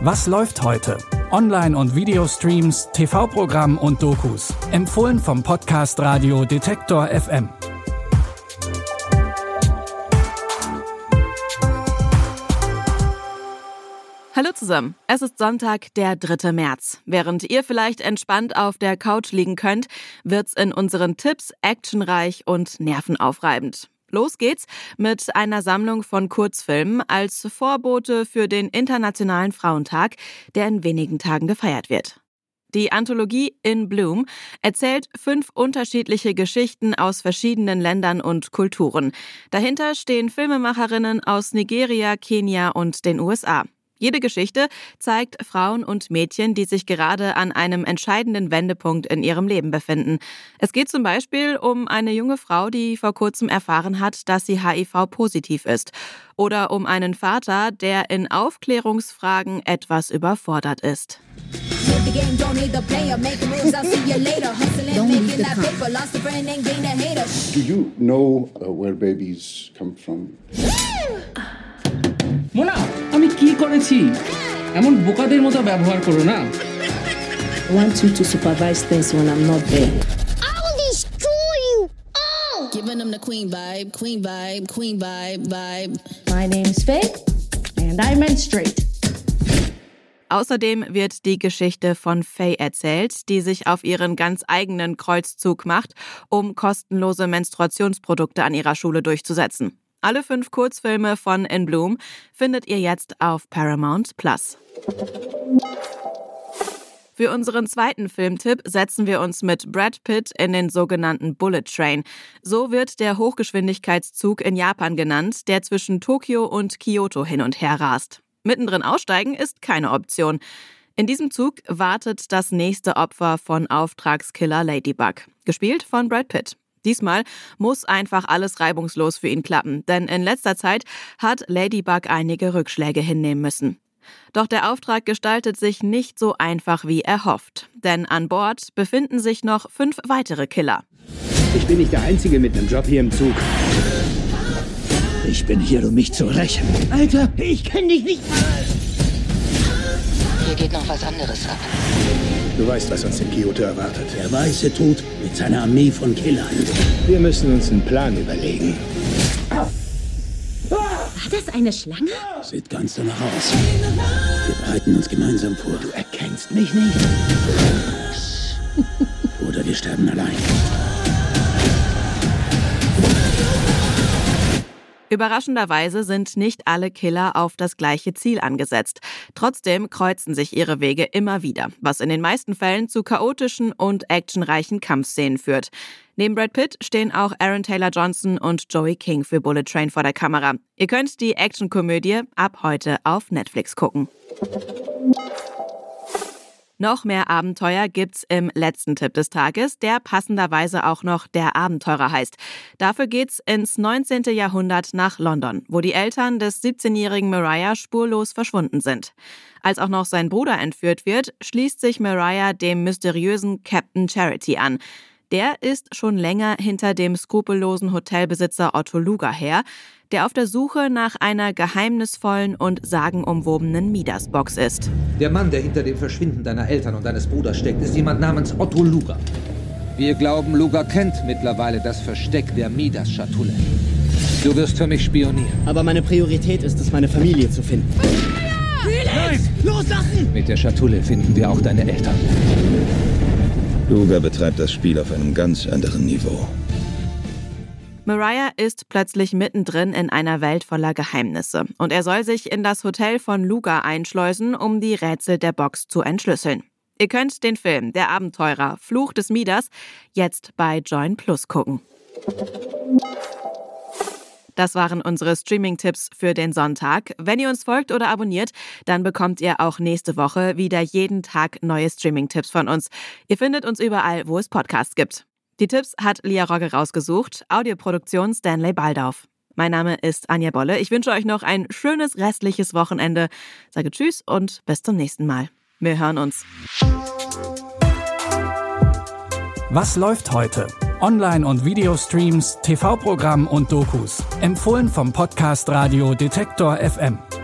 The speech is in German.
Was läuft heute? Online- und Videostreams, TV-Programm und Dokus. Empfohlen vom Podcast Radio Detektor FM. Hallo zusammen, es ist Sonntag, der 3. März. Während ihr vielleicht entspannt auf der Couch liegen könnt, wird's in unseren Tipps actionreich und nervenaufreibend. Los geht's mit einer Sammlung von Kurzfilmen als Vorbote für den Internationalen Frauentag, der in wenigen Tagen gefeiert wird. Die Anthologie In Bloom erzählt 5 unterschiedliche Geschichten aus verschiedenen Ländern und Kulturen. Dahinter stehen Filmemacherinnen aus Nigeria, Kenia und den USA. Jede Geschichte zeigt Frauen und Mädchen, die sich gerade an einem entscheidenden Wendepunkt in ihrem Leben befinden. Es geht zum Beispiel um eine junge Frau, die vor kurzem erfahren hat, dass sie HIV-positiv ist. Oder um einen Vater, der in Aufklärungsfragen etwas überfordert ist. Do you know where babies come from? মোনা আমি কি করেছি এমন বোকাদের মতো ব্যবহার করো না I want you to supervise things when I'm not there. I will destroy you all. Giving them the queen vibe, queen vibe, queen vibe. My name is Faye and I menstruate. Außerdem wird die Geschichte von Faye erzählt, die sich auf ihren ganz eigenen Kreuzzug macht, um kostenlose Menstruationsprodukte an ihrer Schule durchzusetzen. Alle 5 Kurzfilme von In Bloom findet ihr jetzt auf Paramount+. Für unseren zweiten Filmtipp setzen wir uns mit Brad Pitt in den sogenannten Bullet Train. So wird der Hochgeschwindigkeitszug in Japan genannt, der zwischen Tokio und Kyoto hin und her rast. Mittendrin aussteigen ist keine Option. In diesem Zug wartet das nächste Opfer von Auftragskiller Ladybug, gespielt von Brad Pitt. Diesmal muss einfach alles reibungslos für ihn klappen, denn in letzter Zeit hat Ladybug einige Rückschläge hinnehmen müssen. Doch der Auftrag gestaltet sich nicht so einfach wie erhofft, denn an Bord befinden sich noch 5 weitere Killer. Ich bin nicht der Einzige mit einem Job hier im Zug. Ich bin hier, um mich zu rächen. Alter, ich kenn dich nicht mal. Hier geht noch was anderes ab. Du weißt, was uns in Kyoto erwartet. Der weiße Tod mit seiner Armee von Killern. Wir müssen uns einen Plan überlegen. War das eine Schlange? Sieht ganz danach aus. Wir bereiten uns gemeinsam vor. Du erkennst mich nicht. Oder wir sterben allein. Überraschenderweise sind nicht alle Killer auf das gleiche Ziel angesetzt. Trotzdem kreuzen sich ihre Wege immer wieder, was in den meisten Fällen zu chaotischen und actionreichen Kampfszenen führt. Neben Brad Pitt stehen auch Aaron Taylor-Johnson und Joey King für Bullet Train vor der Kamera. Ihr könnt die Actionkomödie ab heute auf Netflix gucken. Noch mehr Abenteuer gibt's im letzten Tipp des Tages, der passenderweise auch noch Der Abenteurer heißt. Dafür geht's ins 19. Jahrhundert nach London, wo die Eltern des 17-jährigen Mariah spurlos verschwunden sind. Als auch noch sein Bruder entführt wird, schließt sich Mariah dem mysteriösen Captain Charity an. Der ist schon länger hinter dem skrupellosen Hotelbesitzer Otto Luger her, der auf der Suche nach einer geheimnisvollen und sagenumwobenen Midas-Box ist. Der Mann, der hinter dem Verschwinden deiner Eltern und deines Bruders steckt, ist jemand namens Otto Luger. Wir glauben, Luger kennt mittlerweile das Versteck der Midas-Schatulle. Du wirst für mich spionieren. Aber meine Priorität ist es, meine Familie zu finden. Nein, loslassen! Mit der Schatulle finden wir auch deine Eltern. Luger betreibt das Spiel auf einem ganz anderen Niveau. Mariah ist plötzlich mittendrin in einer Welt voller Geheimnisse und er soll sich in das Hotel von Luger einschleusen, um die Rätsel der Box zu entschlüsseln. Ihr könnt den Film Der Abenteurer, Fluch des Midas jetzt bei Join Plus gucken. Das waren unsere Streaming-Tipps für den Sonntag. Wenn ihr uns folgt oder abonniert, dann bekommt ihr auch nächste Woche wieder jeden Tag neue Streaming-Tipps von uns. Ihr findet uns überall, wo es Podcasts gibt. Die Tipps hat Lia Rogge rausgesucht, Audioproduktion Stanley Baldauf. Mein Name ist Anja Bolle. Ich wünsche euch noch ein schönes restliches Wochenende. Sage Tschüss und bis zum nächsten Mal. Wir hören uns. Was läuft heute? Online- und Videostreams, TV-Programm und Dokus. Empfohlen vom Podcast Radio Detektor FM.